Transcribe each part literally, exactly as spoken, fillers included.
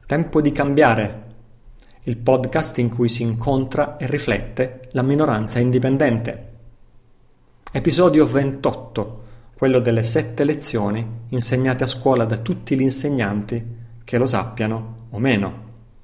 Tempo di cambiare, il podcast in cui si incontra e riflette la minoranza indipendente. Episodio ventotto, quello delle sette lezioni insegnate a scuola da tutti gli insegnanti, che lo sappiano o meno.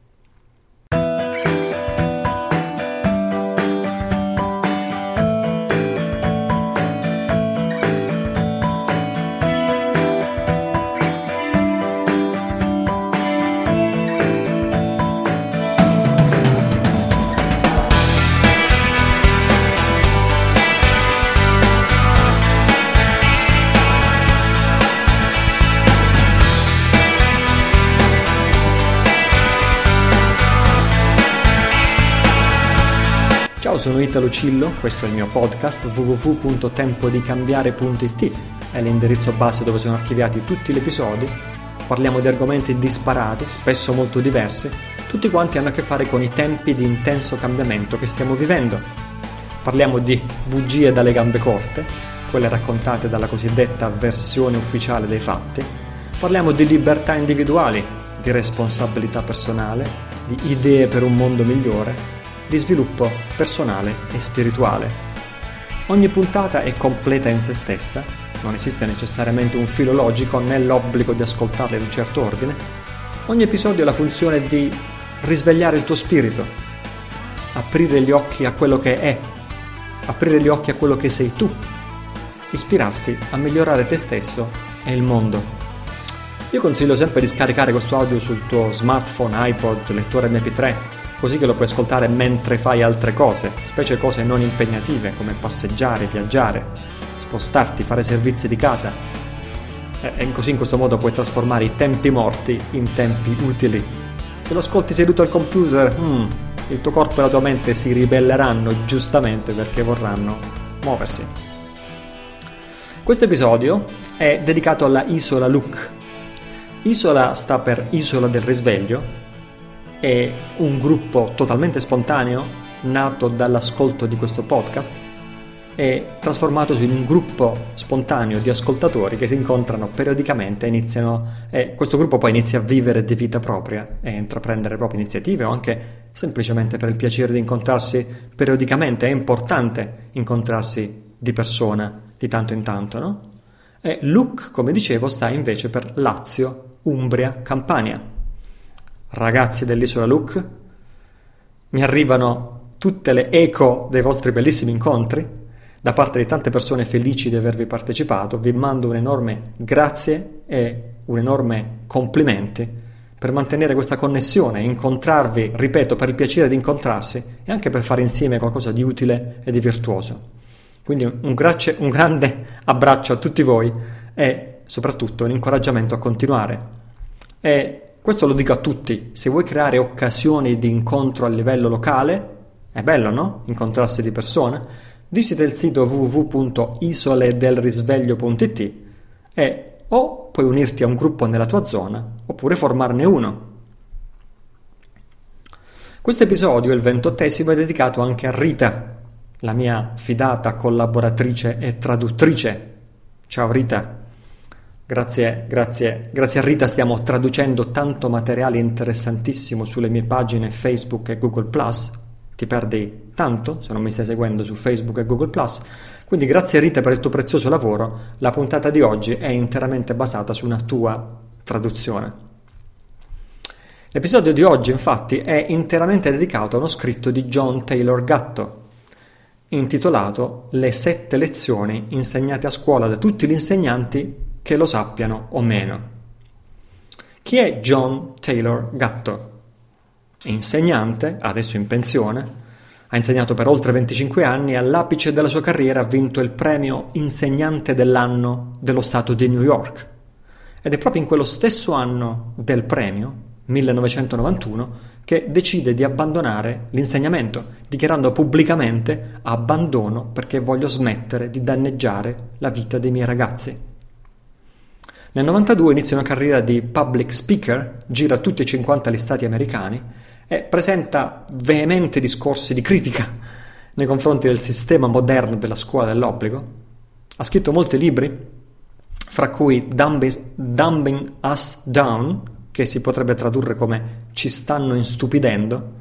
Ciao, sono Italo Cillo, questo è il mio podcast w w w punto tempo di cambiare punto i t, è l'indirizzo base dove sono archiviati tutti gli episodi. Parliamo di argomenti disparati, spesso molto diversi, tutti quanti hanno a che fare con i tempi di intenso cambiamento che stiamo vivendo. Parliamo di bugie dalle gambe corte, quelle raccontate dalla cosiddetta versione ufficiale dei fatti. Parliamo di libertà individuali, di responsabilità personale, di idee per un mondo migliore, di sviluppo personale e spirituale. Ogni puntata è completa in se stessa, non esiste necessariamente un filo logico né l'obbligo di ascoltarla in un certo ordine. Ogni episodio ha la funzione di risvegliare il tuo spirito, aprire gli occhi a quello che è, aprire gli occhi a quello che sei tu, ispirarti a migliorare te stesso e il mondo. Io consiglio sempre di scaricare questo audio sul tuo smartphone, iPod, lettore emme pi tre, così che lo puoi ascoltare mentre fai altre cose, specie cose non impegnative come passeggiare, viaggiare, spostarti, fare servizi di casa. E così in questo modo puoi trasformare i tempi morti in tempi utili. Se lo ascolti seduto al computer, hmm, il tuo corpo e la tua mente si ribelleranno giustamente perché vorranno muoversi. Questo episodio è dedicato alla Isola Look. Isola sta per Isola del Risveglio. È un gruppo totalmente spontaneo, nato dall'ascolto di questo podcast e trasformatosi in un gruppo spontaneo di ascoltatori che si incontrano periodicamente e iniziano, e questo gruppo poi inizia a vivere di vita propria e intraprendere proprie iniziative o anche semplicemente per il piacere di incontrarsi periodicamente. È importante incontrarsi di persona di tanto in tanto, no? E Look, come dicevo, sta invece per Lazio, Umbria, Campania. Ragazzi dell'Isola Look, mi arrivano tutte le eco dei vostri bellissimi incontri da parte di tante persone felici di avervi partecipato. Vi mando un enorme grazie e un enorme complimenti per mantenere questa connessione, incontrarvi, ripeto, per il piacere di incontrarsi e anche per fare insieme qualcosa di utile e di virtuoso. Quindi un, grazie, un grande abbraccio a tutti voi e soprattutto un incoraggiamento a continuare. E questo lo dico a tutti: se vuoi creare occasioni di incontro a livello locale, è bello, no? Incontrarsi di persona. Visita il sito w w w punto isole del risveglio punto i t e o puoi unirti a un gruppo nella tua zona oppure formarne uno. Questo episodio, il ventottesimo, è dedicato anche a Rita, la mia fidata collaboratrice e traduttrice. Ciao Rita. Grazie, grazie, grazie a Rita stiamo traducendo tanto materiale interessantissimo sulle mie pagine Facebook e Google plus. Ti perdi tanto se non mi stai seguendo su Facebook e Google plus. Quindi grazie a Rita per il tuo prezioso lavoro. La puntata di oggi è interamente basata su una tua traduzione. L'episodio di oggi, infatti, è interamente dedicato a uno scritto di John Taylor Gatto, intitolato Le sette lezioni insegnate a scuola da tutti gli insegnanti, che lo sappiano o meno. Chi è John Taylor Gatto? È insegnante, adesso in pensione, ha insegnato per oltre venticinque anni e all'apice della sua carriera ha vinto il premio Insegnante dell'anno dello Stato di New York. Ed è proprio in quello stesso anno del premio, millenovecentonovantuno, che decide di abbandonare l'insegnamento, dichiarando pubblicamente: abbandono perché voglio smettere di danneggiare la vita dei miei ragazzi. Nel novantadue inizia una carriera di public speaker, gira tutti e cinquanta gli stati americani e presenta veementi discorsi di critica nei confronti del sistema moderno della scuola dell'obbligo. Ha scritto molti libri, fra cui Dumbing, Dumbing Us Down, che si potrebbe tradurre come ci stanno instupidendo.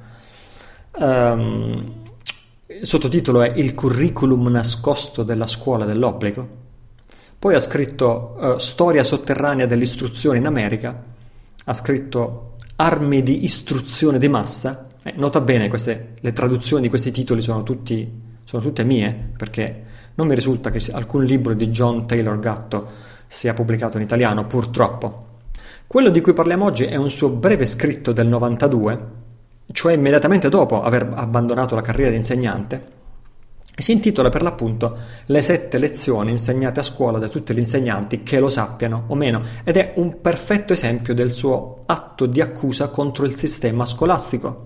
Um, il sottotitolo è Il curriculum nascosto della scuola dell'obbligo. Poi ha scritto uh, Storia sotterranea dell'istruzione in America, ha scritto Armi di istruzione di massa. Eh, nota bene, queste, le traduzioni di questi titoli sono, tutti, sono tutte mie, perché non mi risulta che alcun libro di John Taylor Gatto sia pubblicato in italiano, purtroppo. Quello di cui parliamo oggi è un suo breve scritto del novantadue, cioè immediatamente dopo aver abbandonato la carriera di insegnante, e si intitola per l'appunto Le sette lezioni insegnate a scuola da tutti gli insegnanti che lo sappiano o meno, ed è un perfetto esempio del suo atto di accusa contro il sistema scolastico.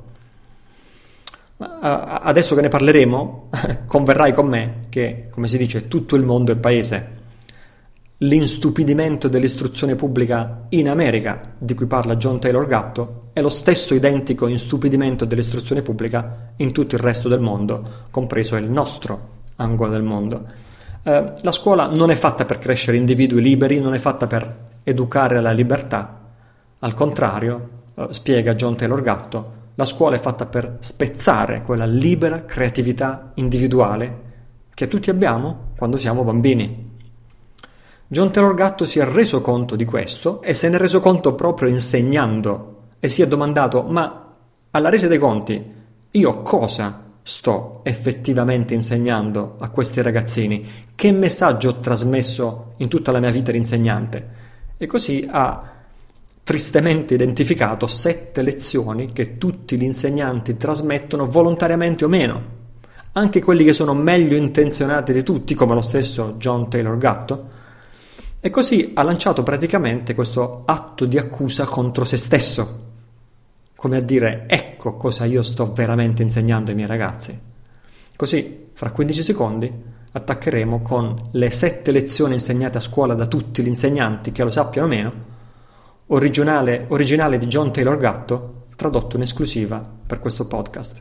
Adesso che ne parleremo, converrai con me che, come si dice, tutto il mondo è paese. L'instupidimento dell'istruzione pubblica in America, di cui parla John Taylor Gatto, è lo stesso identico instupidimento dell'istruzione pubblica in tutto il resto del mondo, compreso il nostro angolo del mondo. Eh, la scuola non è fatta per crescere individui liberi, non è fatta per educare alla libertà. Al contrario, eh, spiega John Taylor Gatto, la scuola è fatta per spezzare quella libera creatività individuale che tutti abbiamo quando siamo bambini. John Taylor Gatto si è reso conto di questo e se ne è reso conto proprio insegnando e si è domandato: ma alla resa dei conti io cosa sto effettivamente insegnando a questi ragazzini? Che messaggio ho trasmesso in tutta la mia vita di insegnante? E così ha tristemente identificato sette lezioni che tutti gli insegnanti trasmettono volontariamente o meno, anche quelli che sono meglio intenzionati di tutti, come lo stesso John Taylor Gatto. E così ha lanciato praticamente questo atto di accusa contro se stesso, come a dire: ecco cosa io sto veramente insegnando ai miei ragazzi. Così, fra quindici secondi, attaccheremo con le sette lezioni insegnate a scuola da tutti gli insegnanti che lo sappiano meno, originale, originale di John Taylor Gatto, tradotto in esclusiva per questo podcast.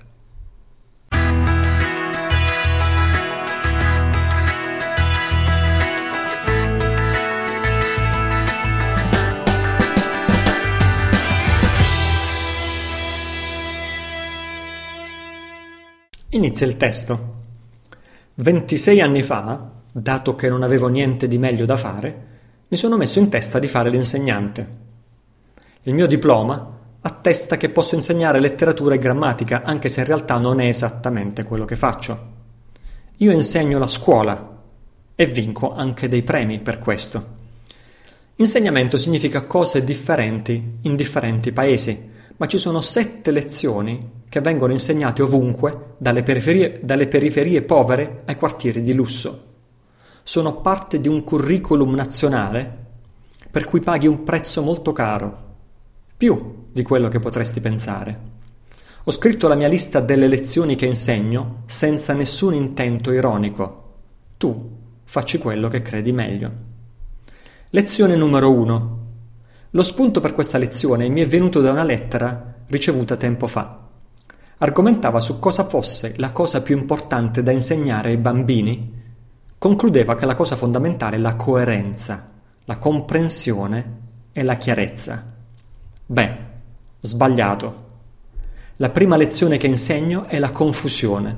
Inizia il testo. ventisei anni fa, dato che non avevo niente di meglio da fare, mi sono messo in testa di fare l'insegnante. Il mio diploma attesta che posso insegnare letteratura e grammatica, anche se in realtà non è esattamente quello che faccio. Io insegno la scuola e vinco anche dei premi per questo. Insegnamento significa cose differenti in differenti paesi, ma ci sono sette lezioni che vengono insegnate ovunque, dalle periferie, dalle periferie povere ai quartieri di lusso. Sono parte di un curriculum nazionale per cui paghi un prezzo molto caro, più di quello che potresti pensare. Ho scritto la mia lista delle lezioni che insegno senza nessun intento ironico. Tu facci quello che credi meglio. Lezione numero uno. Lo spunto per questa lezione mi è venuto da una lettera ricevuta tempo fa. Argomentava su cosa fosse la cosa più importante da insegnare ai bambini. Concludeva che la cosa fondamentale è la coerenza, la comprensione e la chiarezza. Beh, sbagliato. La prima lezione che insegno è la confusione.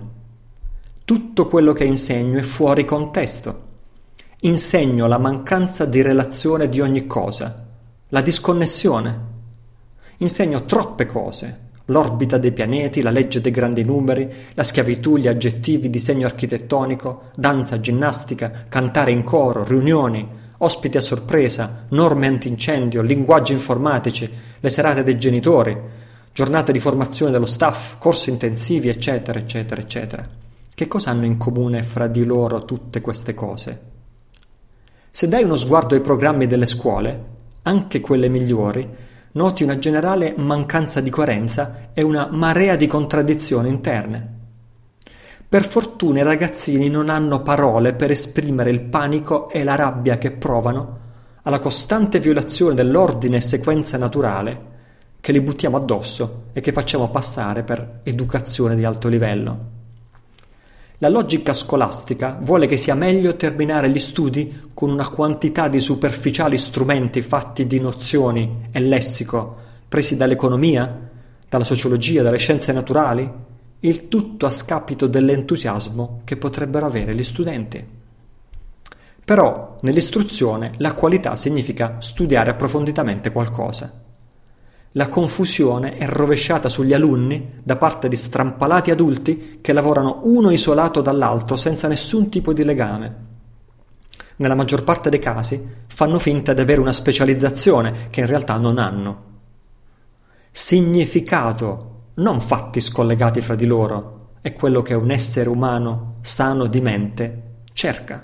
Tutto quello che insegno è fuori contesto. Insegno la mancanza di relazione di ogni cosa, la disconnessione. Insegno troppe cose. L'orbita dei pianeti, la legge dei grandi numeri, la schiavitù, gli aggettivi, disegno architettonico, danza, ginnastica, cantare in coro, riunioni, ospiti a sorpresa, norme antincendio, linguaggi informatici, le serate dei genitori, giornate di formazione dello staff, corsi intensivi, eccetera, eccetera, eccetera. Che cosa hanno in comune fra di loro tutte queste cose? Se dai uno sguardo ai programmi delle scuole, anche quelle migliori, noti una generale mancanza di coerenza e una marea di contraddizioni interne. Per fortuna i ragazzini non hanno parole per esprimere il panico e la rabbia che provano alla costante violazione dell'ordine e sequenza naturale che li buttiamo addosso e che facciamo passare per educazione di alto livello. La logica scolastica vuole che sia meglio terminare gli studi con una quantità di superficiali strumenti fatti di nozioni e lessico presi dall'economia, dalla sociologia, dalle scienze naturali, il tutto a scapito dell'entusiasmo che potrebbero avere gli studenti. Però nell'istruzione la qualità significa studiare approfonditamente qualcosa. La confusione è rovesciata sugli alunni da parte di strampalati adulti che lavorano uno isolato dall'altro senza nessun tipo di legame. Nella maggior parte dei casi fanno finta di avere una specializzazione che in realtà non hanno. Significato, non fatti scollegati fra di loro, è quello che un essere umano sano di mente cerca.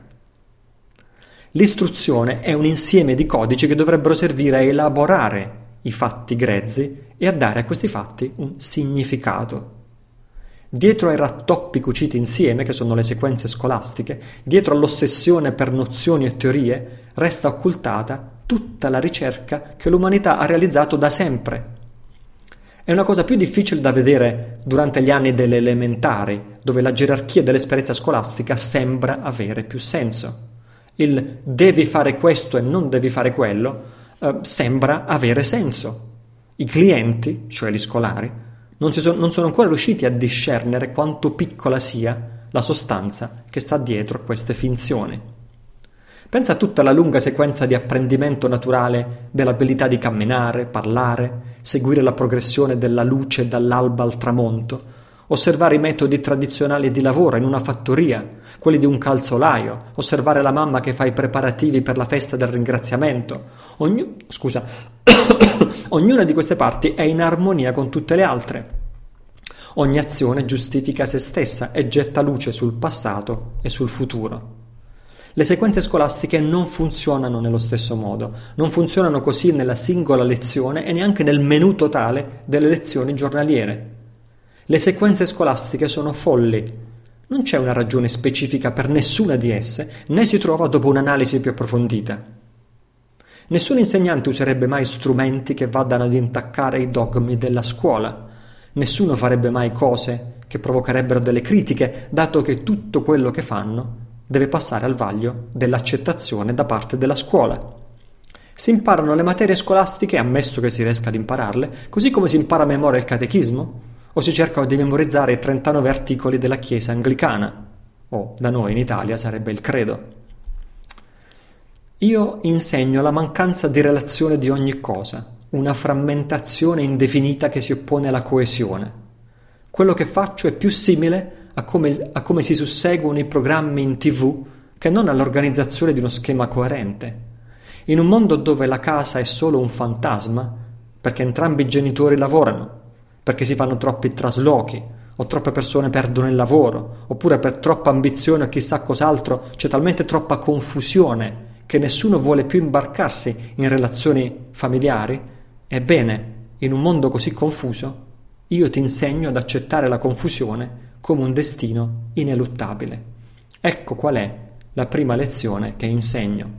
L'istruzione è un insieme di codici che dovrebbero servire a elaborare i fatti grezzi e a dare a questi fatti un significato. Dietro ai rattoppi cuciti insieme, che sono le sequenze scolastiche, dietro all'ossessione per nozioni e teorie, resta occultata tutta la ricerca che l'umanità ha realizzato da sempre. È una cosa più difficile da vedere durante gli anni delle elementari, dove la gerarchia dell'esperienza scolastica sembra avere più senso. Il devi fare questo e non devi fare quello eh, sembra avere senso. I clienti, cioè gli scolari, non, si so, non sono ancora riusciti a discernere quanto piccola sia la sostanza che sta dietro queste finzioni. Pensa a tutta la lunga sequenza di apprendimento naturale dell'abilità di camminare, parlare, seguire la progressione della luce dall'alba al tramonto, osservare i metodi tradizionali di lavoro in una fattoria, quelli di un calzolaio, osservare la mamma che fa i preparativi per la festa del ringraziamento. Ognu- scusa, ognuna di queste parti è in armonia con tutte le altre. Ogni azione giustifica se stessa e getta luce sul passato e sul futuro. Le sequenze scolastiche non funzionano nello stesso modo, non funzionano così nella singola lezione e neanche nel menù totale delle lezioni giornaliere. Le sequenze scolastiche sono folli. Non c'è una ragione specifica per nessuna di esse, né si trova dopo un'analisi più approfondita. Nessun insegnante userebbe mai strumenti che vadano ad intaccare i dogmi della scuola. Nessuno farebbe mai cose che provocherebbero delle critiche, dato che tutto quello che fanno deve passare al vaglio dell'accettazione da parte della scuola. Si imparano le materie scolastiche, ammesso che si riesca ad impararle, così come si impara a memoria il catechismo, o si cercano di memorizzare i trentanove articoli della Chiesa anglicana, o da noi in Italia sarebbe il credo. Io insegno la mancanza di relazione di ogni cosa, una frammentazione indefinita che si oppone alla coesione. Quello che faccio è più simile a come, a come si susseguono i programmi in tivù che non all'organizzazione di uno schema coerente. In un mondo dove la casa è solo un fantasma, perché entrambi i genitori lavorano, perché si fanno troppi traslochi, o troppe persone perdono il lavoro, oppure per troppa ambizione o chissà cos'altro c'è talmente troppa confusione che nessuno vuole più imbarcarsi in relazioni familiari, ebbene, in un mondo così confuso, io ti insegno ad accettare la confusione come un destino ineluttabile. Ecco qual è la prima lezione che insegno.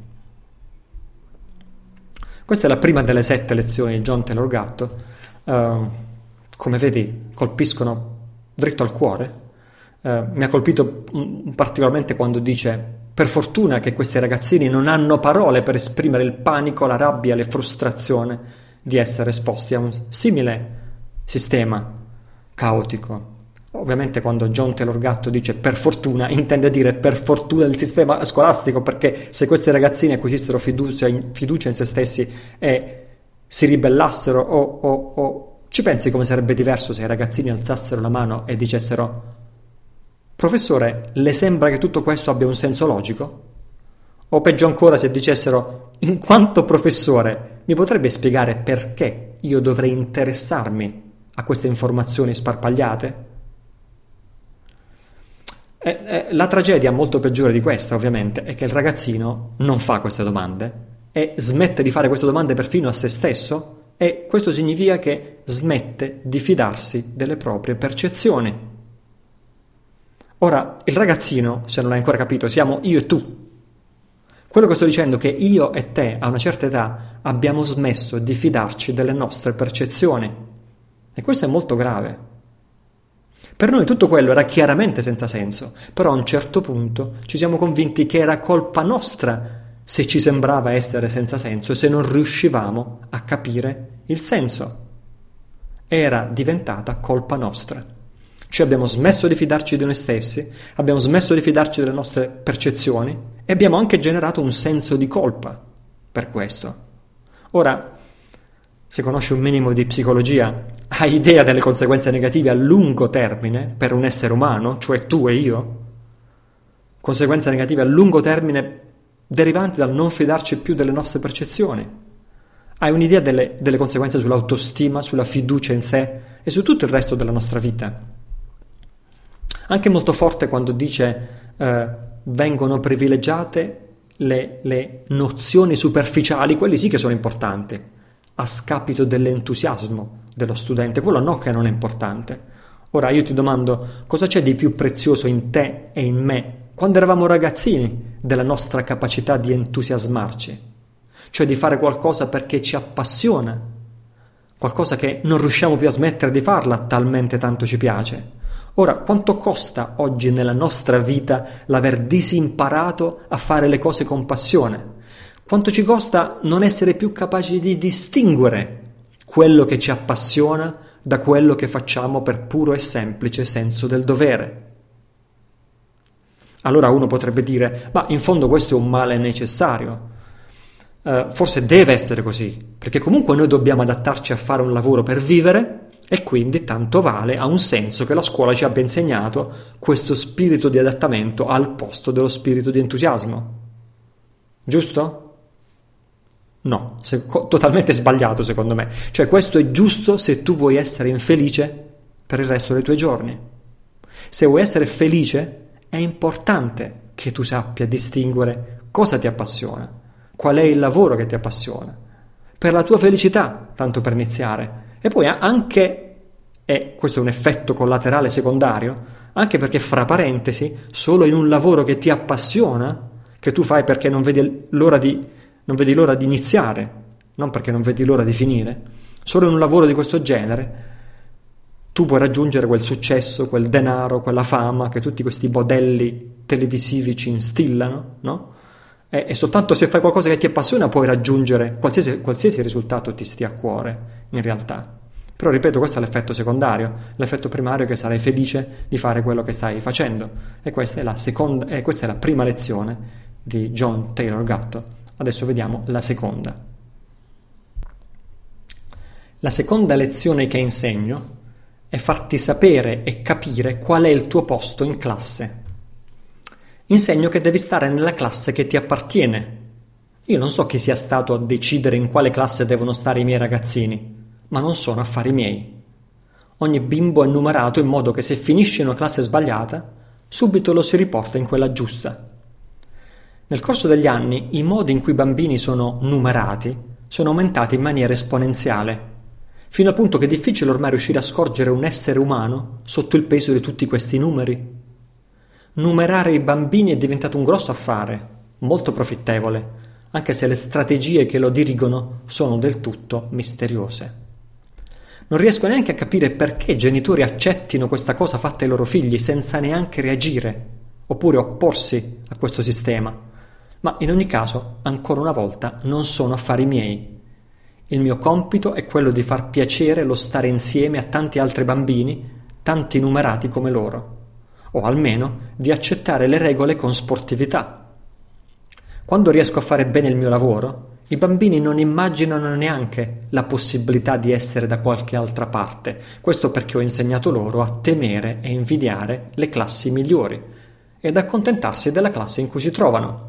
Questa è la prima delle sette lezioni di John Taylor Gatto. Uh, come vedi, colpiscono dritto al cuore. Uh, mi ha colpito particolarmente quando dice: per fortuna che questi ragazzini non hanno parole per esprimere il panico, la rabbia, la frustrazione di essere esposti a un simile sistema caotico. Ovviamente quando John Taylor Gatto dice per fortuna intende dire per fortuna del sistema scolastico, perché se questi ragazzini acquisissero fiducia in, fiducia in se stessi e si ribellassero o, o, o ci pensi come sarebbe diverso se i ragazzini alzassero la mano e dicessero: professore, le sembra che tutto questo abbia un senso logico? O peggio ancora se dicessero: in quanto professore mi potrebbe spiegare perché io dovrei interessarmi a queste informazioni sparpagliate? E, e, la tragedia molto peggiore di questa, ovviamente, è che il ragazzino non fa queste domande e smette di fare queste domande perfino a se stesso, e questo significa che smette di fidarsi delle proprie percezioni. Ora, il ragazzino, se non l'hai ancora capito, siamo io e tu. Quello che sto dicendo è che io e te, a una certa età, abbiamo smesso di fidarci delle nostre percezioni. E questo è molto grave. Per noi tutto quello era chiaramente senza senso, però a un certo punto ci siamo convinti che era colpa nostra se ci sembrava essere senza senso e se non riuscivamo a capire il senso. Era diventata colpa nostra. Cioè abbiamo smesso di fidarci di noi stessi, abbiamo smesso di fidarci delle nostre percezioni e abbiamo anche generato un senso di colpa per questo. Ora, se conosci un minimo di psicologia, hai idea delle conseguenze negative a lungo termine per un essere umano, cioè tu e io? Conseguenze negative a lungo termine derivanti dal non fidarci più delle nostre percezioni. Hai un'idea delle, delle conseguenze sull'autostima, sulla fiducia in sé e su tutto il resto della nostra vita. Anche molto forte quando dice eh, vengono privilegiate le, le nozioni superficiali, quelli sì che sono importanti, a scapito dell'entusiasmo dello studente, quello no che non è importante. Ora io ti domando, cosa c'è di più prezioso in te e in me quando eravamo ragazzini della nostra capacità di entusiasmarci, cioè di fare qualcosa perché ci appassiona, qualcosa che non riusciamo più a smettere di farla talmente tanto ci piace. Ora, quanto costa oggi nella nostra vita l'aver disimparato a fare le cose con passione? Quanto ci costa non essere più capaci di distinguere quello che ci appassiona da quello che facciamo per puro e semplice senso del dovere? Allora uno potrebbe dire, ma in fondo questo è un male necessario. Uh, forse deve essere così, perché comunque noi dobbiamo adattarci a fare un lavoro per vivere e quindi tanto vale, ha un senso che la scuola ci abbia insegnato questo spirito di adattamento al posto dello spirito di entusiasmo. Giusto? No, se, co- totalmente sbagliato secondo me. Cioè questo è giusto se tu vuoi essere infelice per il resto dei tuoi giorni. Se vuoi essere felice è importante che tu sappia distinguere cosa ti appassiona, qual è il lavoro che ti appassiona, per la tua felicità, tanto per iniziare. E poi anche, e questo è un effetto collaterale secondario, anche perché fra parentesi, solo in un lavoro che ti appassiona, che tu fai perché non vedi l'ora di, non vedi l'ora di iniziare, non perché non vedi l'ora di finire, solo in un lavoro di questo genere, tu puoi raggiungere quel successo, quel denaro, quella fama che tutti questi modelli televisivi ci instillano, no? E, e soltanto se fai qualcosa che ti appassiona puoi raggiungere qualsiasi, qualsiasi risultato ti stia a cuore, in realtà. Però ripeto, questo è l'effetto secondario. L'effetto primario è che sarai felice di fare quello che stai facendo. E questa è la seconda, e questa è la prima lezione di John Taylor Gatto. Adesso vediamo la seconda. La seconda lezione che insegno è farti sapere e capire qual è il tuo posto in classe. Insegno che devi stare nella classe che ti appartiene. Io non so chi sia stato a decidere in quale classe devono stare i miei ragazzini, ma non sono affari miei. Ogni bimbo è numerato in modo che se finisce in una classe sbagliata, subito lo si riporta in quella giusta. Nel corso degli anni, i modi in cui i bambini sono numerati sono aumentati in maniera esponenziale, fino al punto che è difficile ormai riuscire a scorgere un essere umano sotto il peso di tutti questi numeri. Numerare i bambini è diventato un grosso affare, molto profittevole, anche se le strategie che lo dirigono sono del tutto misteriose. Non riesco neanche a capire perché i genitori accettino questa cosa fatta ai loro figli senza neanche reagire, oppure opporsi a questo sistema. Ma in ogni caso, ancora una volta, non sono affari miei. Il mio compito è quello di far piacere lo stare insieme a tanti altri bambini, tanti numerati come loro, o almeno di accettare le regole con sportività. Quando riesco a fare bene il mio lavoro, i bambini non immaginano neanche la possibilità di essere da qualche altra parte. Questo perché ho insegnato loro a temere e invidiare le classi migliori ed accontentarsi della classe in cui si trovano.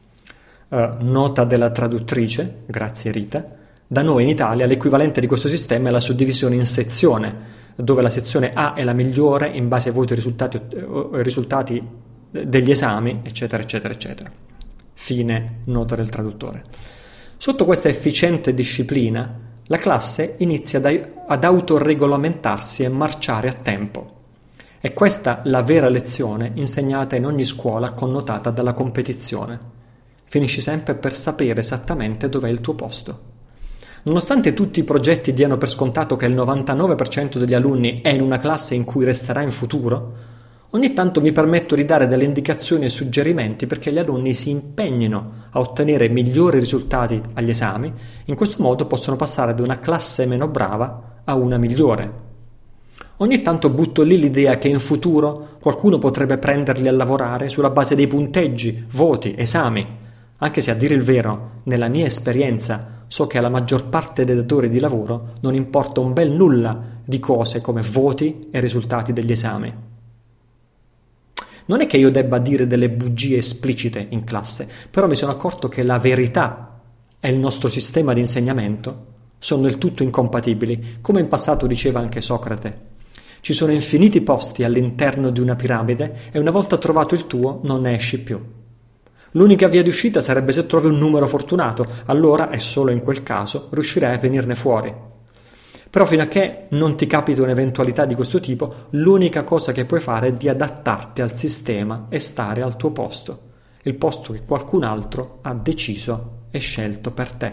Uh, nota della traduttrice, grazie Rita, da noi in Italia l'equivalente di questo sistema è la suddivisione in sezione, dove la sezione A è la migliore in base ai voti risultati, risultati degli esami, eccetera, eccetera, eccetera. Fine nota del traduttore. Sotto questa efficiente disciplina, la classe inizia ad autoregolamentarsi e marciare a tempo. È questa la vera lezione insegnata in ogni scuola connotata dalla competizione. Finisci sempre per sapere esattamente dov'è il tuo posto. Nonostante tutti i progetti diano per scontato che il novantanove per cento degli alunni è in una classe in cui resterà in futuro, ogni tanto mi permetto di dare delle indicazioni e suggerimenti perché gli alunni si impegnino a ottenere migliori risultati agli esami, in questo modo possono passare da una classe meno brava a una migliore. Ogni tanto butto lì l'idea che in futuro qualcuno potrebbe prenderli a lavorare sulla base dei punteggi, voti, esami, anche se a dire il vero, nella mia esperienza, so che alla maggior parte dei datori di lavoro non importa un bel nulla di cose come voti e risultati degli esami. Non è che io debba dire delle bugie esplicite in classe, però mi sono accorto che la verità e il nostro sistema di insegnamento sono del tutto incompatibili, come in passato diceva anche Socrate. Ci sono infiniti posti all'interno di una piramide e una volta trovato il tuo non ne esci più. L'unica via di uscita sarebbe se trovi un numero fortunato, allora, e solo in quel caso, riuscirai a venirne fuori. Però fino a che non ti capita un'eventualità di questo tipo, l'unica cosa che puoi fare è di adattarti al sistema e stare al tuo posto, il posto che qualcun altro ha deciso e scelto per te.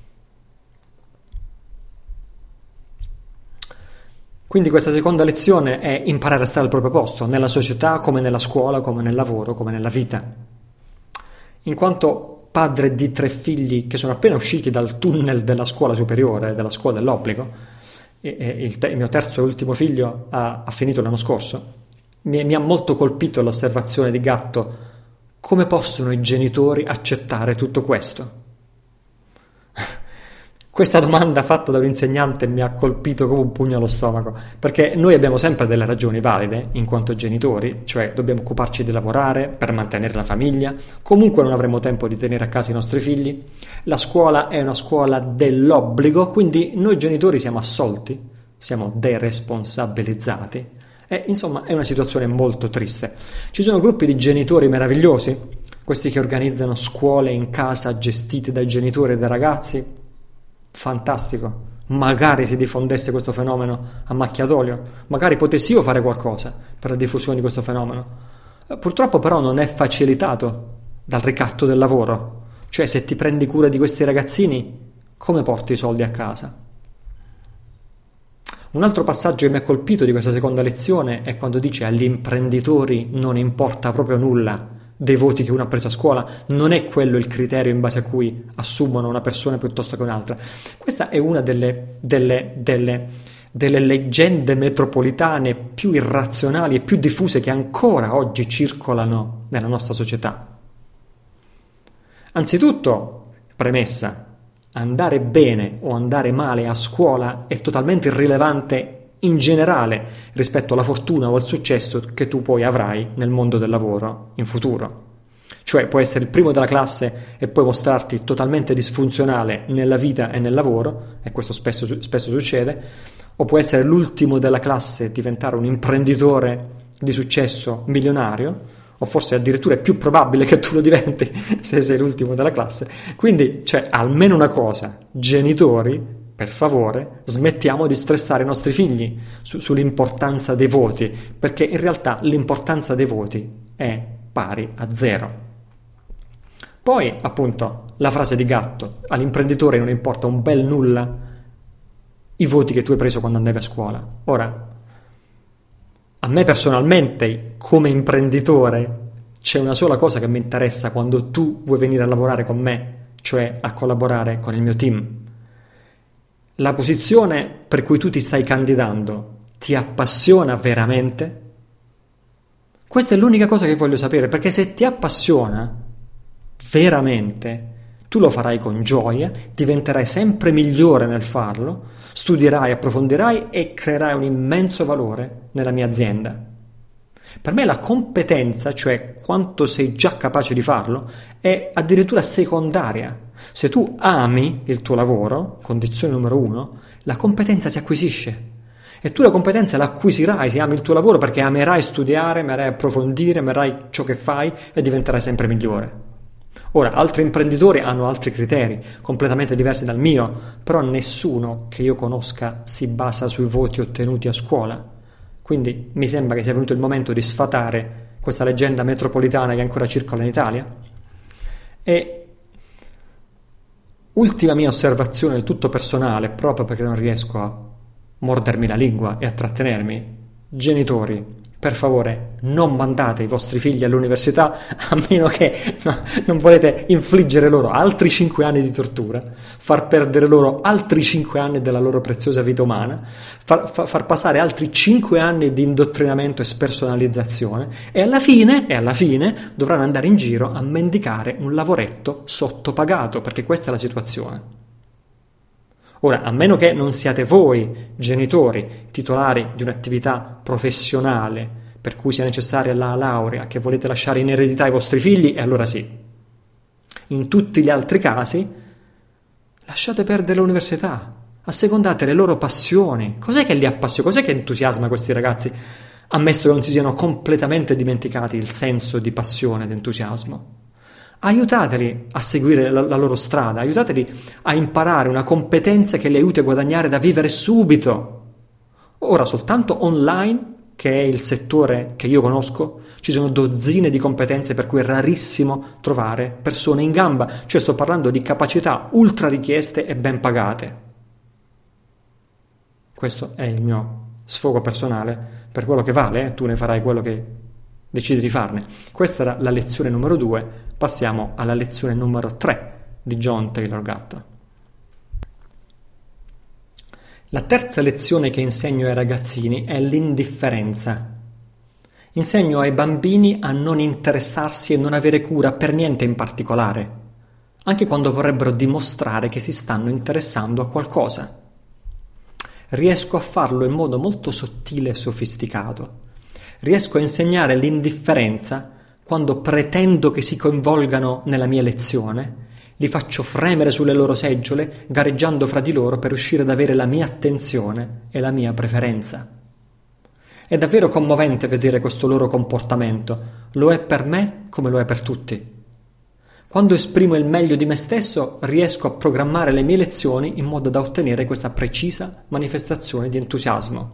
Quindi questa seconda lezione è imparare a stare al proprio posto, nella società, come nella scuola, come nel lavoro, come nella vita. In quanto padre di tre figli che sono appena usciti dal tunnel della scuola superiore, della scuola dell'obbligo, e, e il, te, il mio terzo e ultimo figlio ha, ha finito l'anno scorso, mi, mi ha molto colpito l'osservazione di Gatto: come possono i genitori accettare tutto questo? Questa domanda fatta da un insegnante mi ha colpito come un pugno allo stomaco, perché noi abbiamo sempre delle ragioni valide in quanto genitori, cioè dobbiamo occuparci di lavorare per mantenere la famiglia, comunque non avremo tempo di tenere a casa i nostri figli, la scuola è una scuola dell'obbligo, quindi noi genitori siamo assolti, siamo deresponsabilizzati e insomma è una situazione molto triste. Ci sono gruppi di genitori meravigliosi, questi che organizzano scuole in casa gestite dai genitori e dai ragazzi. Fantastico, magari si diffondesse questo fenomeno a macchia d'olio, magari potessi io fare qualcosa per la diffusione di questo fenomeno. Purtroppo però non è facilitato dal ricatto del lavoro, cioè se ti prendi cura di questi ragazzini, come porti i soldi a casa? Un altro passaggio che mi ha colpito di questa seconda lezione è quando dice agli imprenditori non importa proprio nulla dei voti che uno ha preso a scuola, non è quello il criterio in base a cui assumono una persona piuttosto che un'altra. Questa è una delle, delle, delle, delle leggende metropolitane più irrazionali e più diffuse che ancora oggi circolano nella nostra società. Anzitutto, premessa, andare bene o andare male a scuola è totalmente irrilevante in generale rispetto alla fortuna o al successo che tu poi avrai nel mondo del lavoro in futuro. Cioè puoi essere il primo della classe e poi mostrarti totalmente disfunzionale nella vita e nel lavoro, e questo spesso, spesso succede, o puoi essere l'ultimo della classe e diventare un imprenditore di successo milionario, o forse addirittura è più probabile che tu lo diventi se sei l'ultimo della classe. Quindi c'è almeno una cosa: genitori, per favore, smettiamo di stressare i nostri figli su, sull'importanza dei voti, perché in realtà l'importanza dei voti è pari a zero. Poi, appunto, la frase di Gatto: all'imprenditore non importa un bel nulla i voti che tu hai preso quando andavi a scuola. Ora, a me personalmente, come imprenditore, c'è una sola cosa che mi interessa quando tu vuoi venire a lavorare con me, cioè a collaborare con il mio team. La posizione per cui tu ti stai candidando ti appassiona veramente? Questa è l'unica cosa che voglio sapere, perché se ti appassiona veramente, tu lo farai con gioia, diventerai sempre migliore nel farlo, studierai, approfondirai e creerai un immenso valore nella mia azienda. Per me la competenza, cioè quanto sei già capace di farlo, è addirittura secondaria. Se tu ami il tuo lavoro, condizione numero uno, la competenza si acquisisce. E tu la competenza la acquisirai se ami il tuo lavoro, perché amerai studiare, amerai approfondire, amerai ciò che fai e diventerai sempre migliore. Ora, altri imprenditori hanno altri criteri, completamente diversi dal mio, però nessuno che io conosca si basa sui voti ottenuti a scuola. Quindi mi sembra che sia venuto il momento di sfatare questa leggenda metropolitana che ancora circola in Italia. E Ultima mia osservazione del tutto personale, proprio perché non riesco a mordermi la lingua e a trattenermi. Genitori, per favore, non mandate i vostri figli all'università a meno che no, non volete infliggere loro altri cinque anni di tortura, far perdere loro altri cinque anni della loro preziosa vita umana, far, far, far passare altri cinque anni di indottrinamento e spersonalizzazione e alla fine, e alla fine dovranno andare in giro a mendicare un lavoretto sottopagato, perché questa è la situazione. Ora, a meno che non siate voi, genitori, titolari di un'attività professionale per cui sia necessaria la laurea, che volete lasciare in eredità ai vostri figli, e allora sì. In tutti gli altri casi, lasciate perdere l'università, assecondate le loro passioni. Cos'è che li appassiona? Cos'è che entusiasma questi ragazzi, ammesso che non si siano completamente dimenticati il senso di passione e di entusiasmo? Aiutateli a seguire la, la loro strada, aiutateli a imparare una competenza che li aiuti a guadagnare da vivere subito. Ora, soltanto online, che è il settore che io conosco, ci sono dozzine di competenze per cui è rarissimo trovare persone in gamba, cioè sto parlando di capacità ultra richieste e ben pagate. Questo è il mio sfogo personale, per quello che vale, eh? Tu ne farai quello che decidi di farne. Questa era la lezione numero due. Passiamo alla lezione numero tre di John Taylor Gatto. La terza lezione che insegno ai ragazzini è l'indifferenza. Insegno ai bambini a non interessarsi e non avere cura per niente in particolare, anche quando vorrebbero dimostrare che si stanno interessando a qualcosa. Riesco a farlo in modo molto sottile e sofisticato. Riesco a insegnare l'indifferenza quando pretendo che si coinvolgano nella mia lezione, li faccio fremere sulle loro seggiole, gareggiando fra di loro per riuscire ad avere la mia attenzione e la mia preferenza. È davvero commovente vedere questo loro comportamento, lo è per me come lo è per tutti. Quando esprimo il meglio di me stesso, riesco a programmare le mie lezioni in modo da ottenere questa precisa manifestazione di entusiasmo.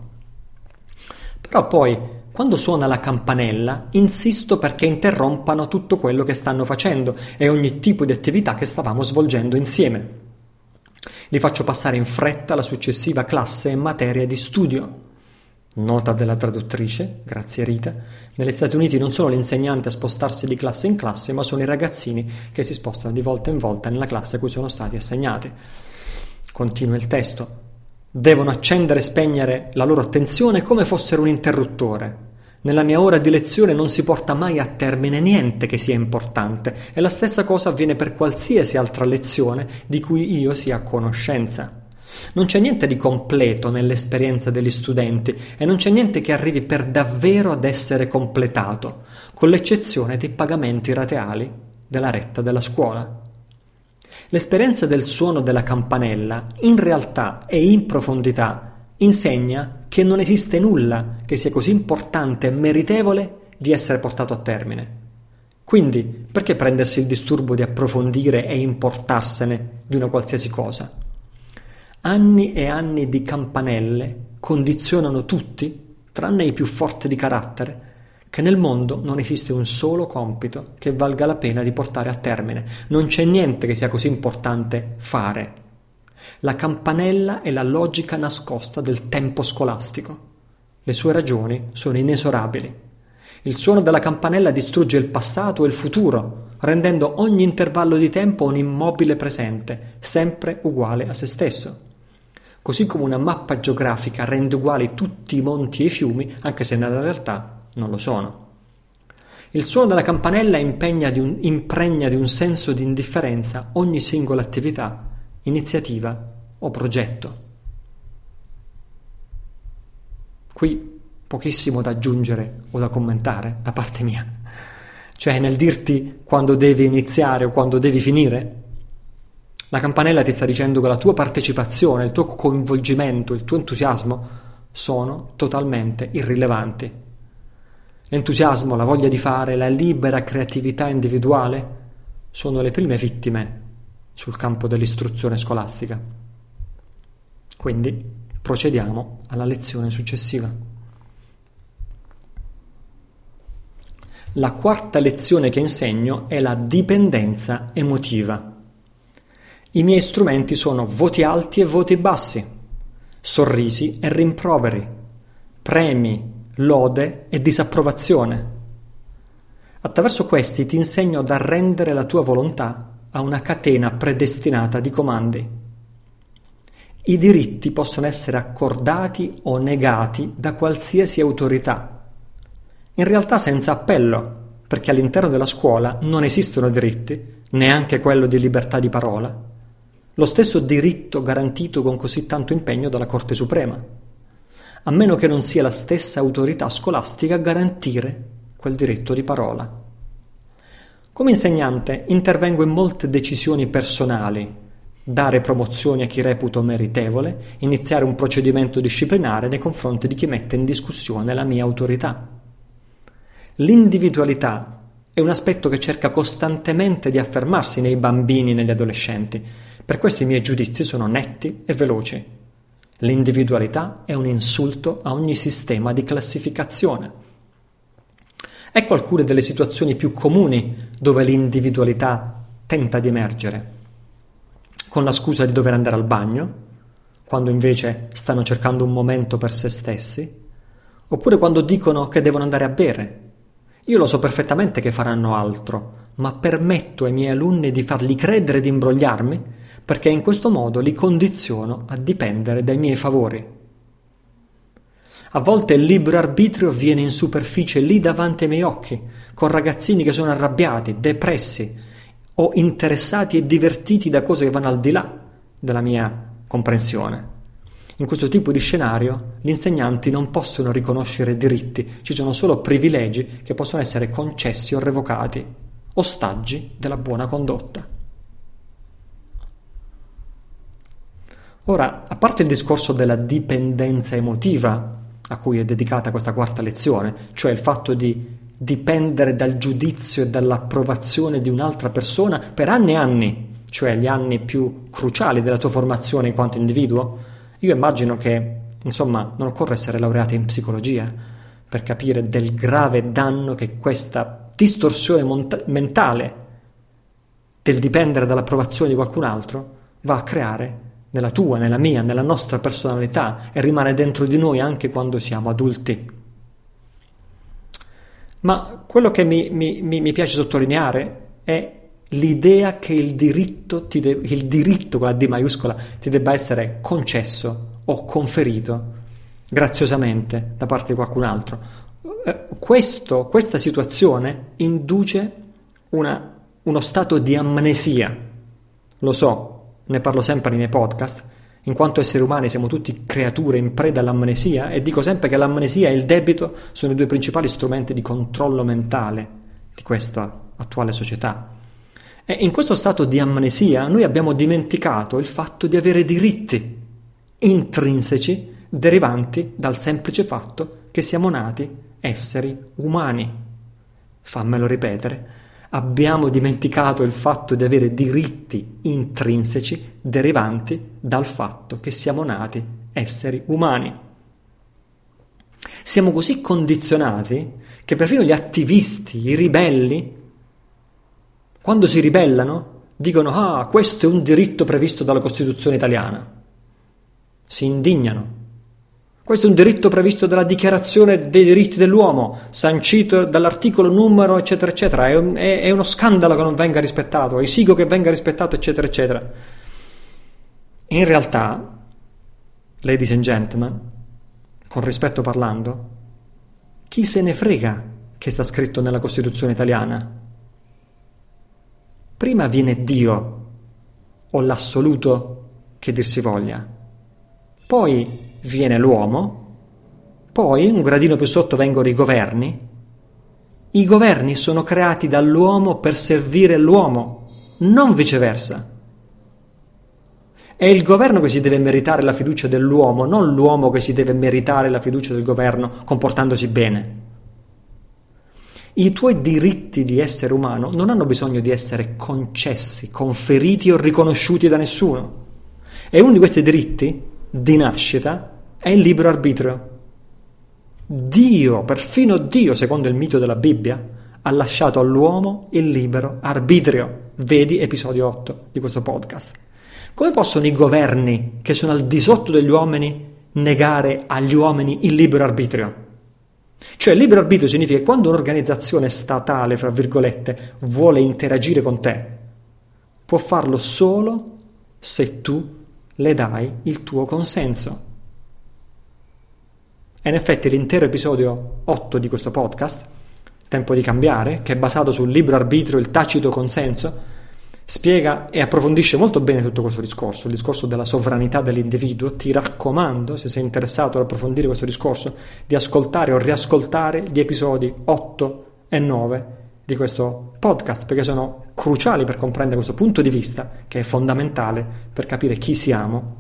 Però poi, quando suona la campanella, insisto perché interrompano tutto quello che stanno facendo e ogni tipo di attività che stavamo svolgendo insieme. Li faccio passare in fretta alla successiva classe e materia di studio. Nota della traduttrice, grazie Rita, negli Stati Uniti non sono gli insegnanti a spostarsi di classe in classe, ma sono i ragazzini che si spostano di volta in volta nella classe a cui sono stati assegnati. Continua il testo. Devono accendere e spegnere la loro attenzione come fossero un interruttore. Nella mia ora di lezione non si porta mai a termine niente che sia importante e la stessa cosa avviene per qualsiasi altra lezione di cui io sia a conoscenza. Non c'è niente di completo nell'esperienza degli studenti e non c'è niente che arrivi per davvero ad essere completato, con l'eccezione dei pagamenti rateali della retta della scuola. L'esperienza del suono della campanella, in realtà e in profondità, insegna che non esiste nulla che sia così importante e meritevole di essere portato a termine. Quindi, perché prendersi il disturbo di approfondire e importarsene di una qualsiasi cosa? Anni e anni di campanelle condizionano tutti, tranne i più forti di carattere, che nel mondo non esiste un solo compito che valga la pena di portare a termine. Non c'è niente che sia così importante fare. La campanella è la logica nascosta del tempo scolastico. Le sue ragioni sono inesorabili. Il suono della campanella distrugge il passato e il futuro, rendendo ogni intervallo di tempo un immobile presente, sempre uguale a se stesso. Così come una mappa geografica rende uguali tutti i monti e i fiumi, anche se nella realtà non lo sono. Il suono della campanella impegna di un, impregna di un senso di indifferenza ogni singola attività, iniziativa o progetto. Qui pochissimo da aggiungere o da commentare da parte mia. Cioè nel dirti quando devi iniziare o quando devi finire, la campanella ti sta dicendo che la tua partecipazione, il tuo coinvolgimento, il tuo entusiasmo sono totalmente irrilevanti. L'entusiasmo, la voglia di fare, la libera creatività individuale sono le prime vittime sul campo dell'istruzione scolastica. Quindi procediamo alla lezione successiva. La quarta lezione che insegno è la dipendenza emotiva. I miei strumenti sono voti alti e voti bassi, sorrisi e rimproveri, premi, lode e disapprovazione. Attraverso questi ti insegno ad arrendere la tua volontà a una catena predestinata di comandi. I diritti possono essere accordati o negati da qualsiasi autorità, in realtà senza appello, perché all'interno della scuola non esistono diritti, neanche quello di libertà di parola, lo stesso diritto garantito con così tanto impegno dalla Corte Suprema, a meno che non sia la stessa autorità scolastica a garantire quel diritto di parola. Come insegnante intervengo in molte decisioni personali, dare promozioni a chi reputo meritevole, iniziare un procedimento disciplinare nei confronti di chi mette in discussione la mia autorità. L'individualità è un aspetto che cerca costantemente di affermarsi nei bambini e negli adolescenti. Per questo i miei giudizi sono netti e veloci. L'individualità è un insulto a ogni sistema di classificazione. Ecco alcune delle situazioni più comuni dove l'individualità tenta di emergere. Con la scusa di dover andare al bagno, quando invece stanno cercando un momento per se stessi, oppure quando dicono che devono andare a bere. Io lo so perfettamente che faranno altro, ma permetto ai miei alunni di fargli credere di imbrogliarmi, perché in questo modo li condiziono a dipendere dai miei favori. A volte il libero arbitrio viene in superficie lì davanti ai miei occhi, con ragazzini che sono arrabbiati, depressi, o interessati e divertiti da cose che vanno al di là della mia comprensione. In questo tipo di scenario gli insegnanti non possono riconoscere diritti, ci sono solo privilegi che possono essere concessi o revocati, ostaggi della buona condotta. Ora, a parte il discorso della dipendenza emotiva a cui è dedicata questa quarta lezione, cioè il fatto di dipendere dal giudizio e dall'approvazione di un'altra persona per anni e anni, cioè gli anni più cruciali della tua formazione in quanto individuo, io immagino che, insomma, non occorre essere laureati in psicologia per capire del grave danno che questa distorsione monta- mentale del dipendere dall'approvazione di qualcun altro va a creare nella tua, nella mia, nella nostra personalità e rimane dentro di noi anche quando siamo adulti. Ma quello che mi, mi, mi piace sottolineare è l'idea che il diritto, ti de- il diritto con la D maiuscola ti debba essere concesso o conferito graziosamente da parte di qualcun altro. Eh, questo, questa situazione induce una, uno stato di amnesia. Lo so, ne parlo sempre nei miei podcast. In quanto esseri umani siamo tutti creature in preda all'amnesia e dico sempre che l'amnesia e il debito sono i due principali strumenti di controllo mentale di questa attuale società. E in questo stato di amnesia noi abbiamo dimenticato il fatto di avere diritti intrinseci derivanti dal semplice fatto che siamo nati esseri umani. Fammelo ripetere. Abbiamo dimenticato il fatto di avere diritti intrinseci derivanti dal fatto che siamo nati esseri umani. Siamo così condizionati che perfino gli attivisti, i ribelli, quando si ribellano, dicono «Ah, questo è un diritto previsto dalla Costituzione italiana». Si indignano. Questo è un diritto previsto dalla Dichiarazione dei diritti dell'uomo, sancito dall'articolo numero, eccetera, eccetera. È, un, è, è uno scandalo che non venga rispettato, è esigo che venga rispettato, eccetera, eccetera. In realtà, ladies and gentlemen, con rispetto parlando, chi se ne frega che sta scritto nella Costituzione italiana? Prima viene Dio, o l'assoluto che dir si voglia, poi viene l'uomo, poi un gradino più sotto vengono i governi. I governi sono creati dall'uomo per servire l'uomo, non viceversa. È il governo che si deve meritare la fiducia dell'uomo, non l'uomo che si deve meritare la fiducia del governo comportandosi bene. I tuoi diritti di essere umano non hanno bisogno di essere concessi, conferiti o riconosciuti da nessuno. E uno di questi diritti, di nascita, è il libero arbitrio. Dio, perfino Dio, secondo il mito della Bibbia, ha lasciato all'uomo il libero arbitrio. Vedi episodio otto di questo podcast. Come possono i governi, che sono al di sotto degli uomini, negare agli uomini il libero arbitrio? Cioè, il libero arbitrio significa che quando un'organizzazione statale, fra virgolette, vuole interagire con te, può farlo solo se tu le dai il tuo consenso. E in effetti l'intero episodio otto di questo podcast, Tempo di cambiare, che è basato sul libero arbitrio, il tacito consenso, spiega e approfondisce molto bene tutto questo discorso, il discorso della sovranità dell'individuo. Ti raccomando, se sei interessato ad approfondire questo discorso, di ascoltare o riascoltare gli episodi otto e nove di questo podcast, perché sono cruciali per comprendere questo punto di vista, che è fondamentale per capire chi siamo,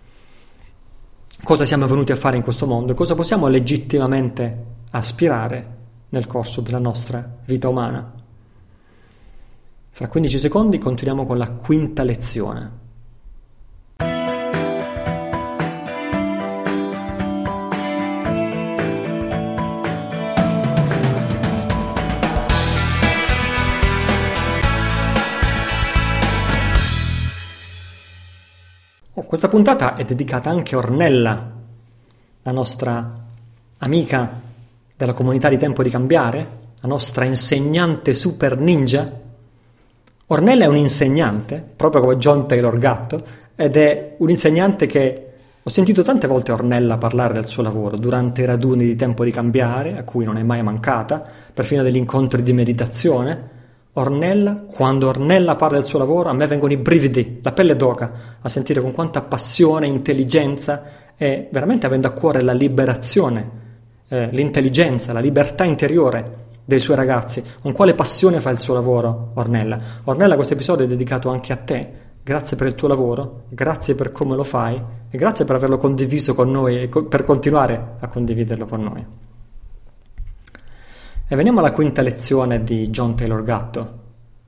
cosa siamo venuti a fare in questo mondo e cosa possiamo legittimamente aspirare nel corso della nostra vita umana. Fra quindici secondi continuiamo con la quinta lezione. Oh, questa puntata è dedicata anche a Ornella, la nostra amica della comunità di Tempo di Cambiare, la nostra insegnante super ninja. Ornella è un insegnante, proprio come John Taylor Gatto, ed è un insegnante che ho sentito tante volte Ornella parlare del suo lavoro durante i raduni di Tempo di Cambiare, a cui non è mai mancata, perfino degli incontri di meditazione. Ornella, quando Ornella parla del suo lavoro, a me vengono i brividi, la pelle d'oca, a sentire con quanta passione, intelligenza e veramente avendo a cuore la liberazione, eh, l'intelligenza, la libertà interiore dei suoi ragazzi. Con quale passione fa il suo lavoro Ornella. Ornella, questo episodio è dedicato anche a te. Grazie per il tuo lavoro, grazie per come lo fai e grazie per averlo condiviso con noi e co- per continuare a condividerlo con noi. E veniamo alla quinta lezione di John Taylor Gatto.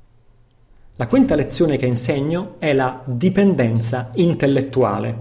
La quinta lezione che insegno è la dipendenza intellettuale.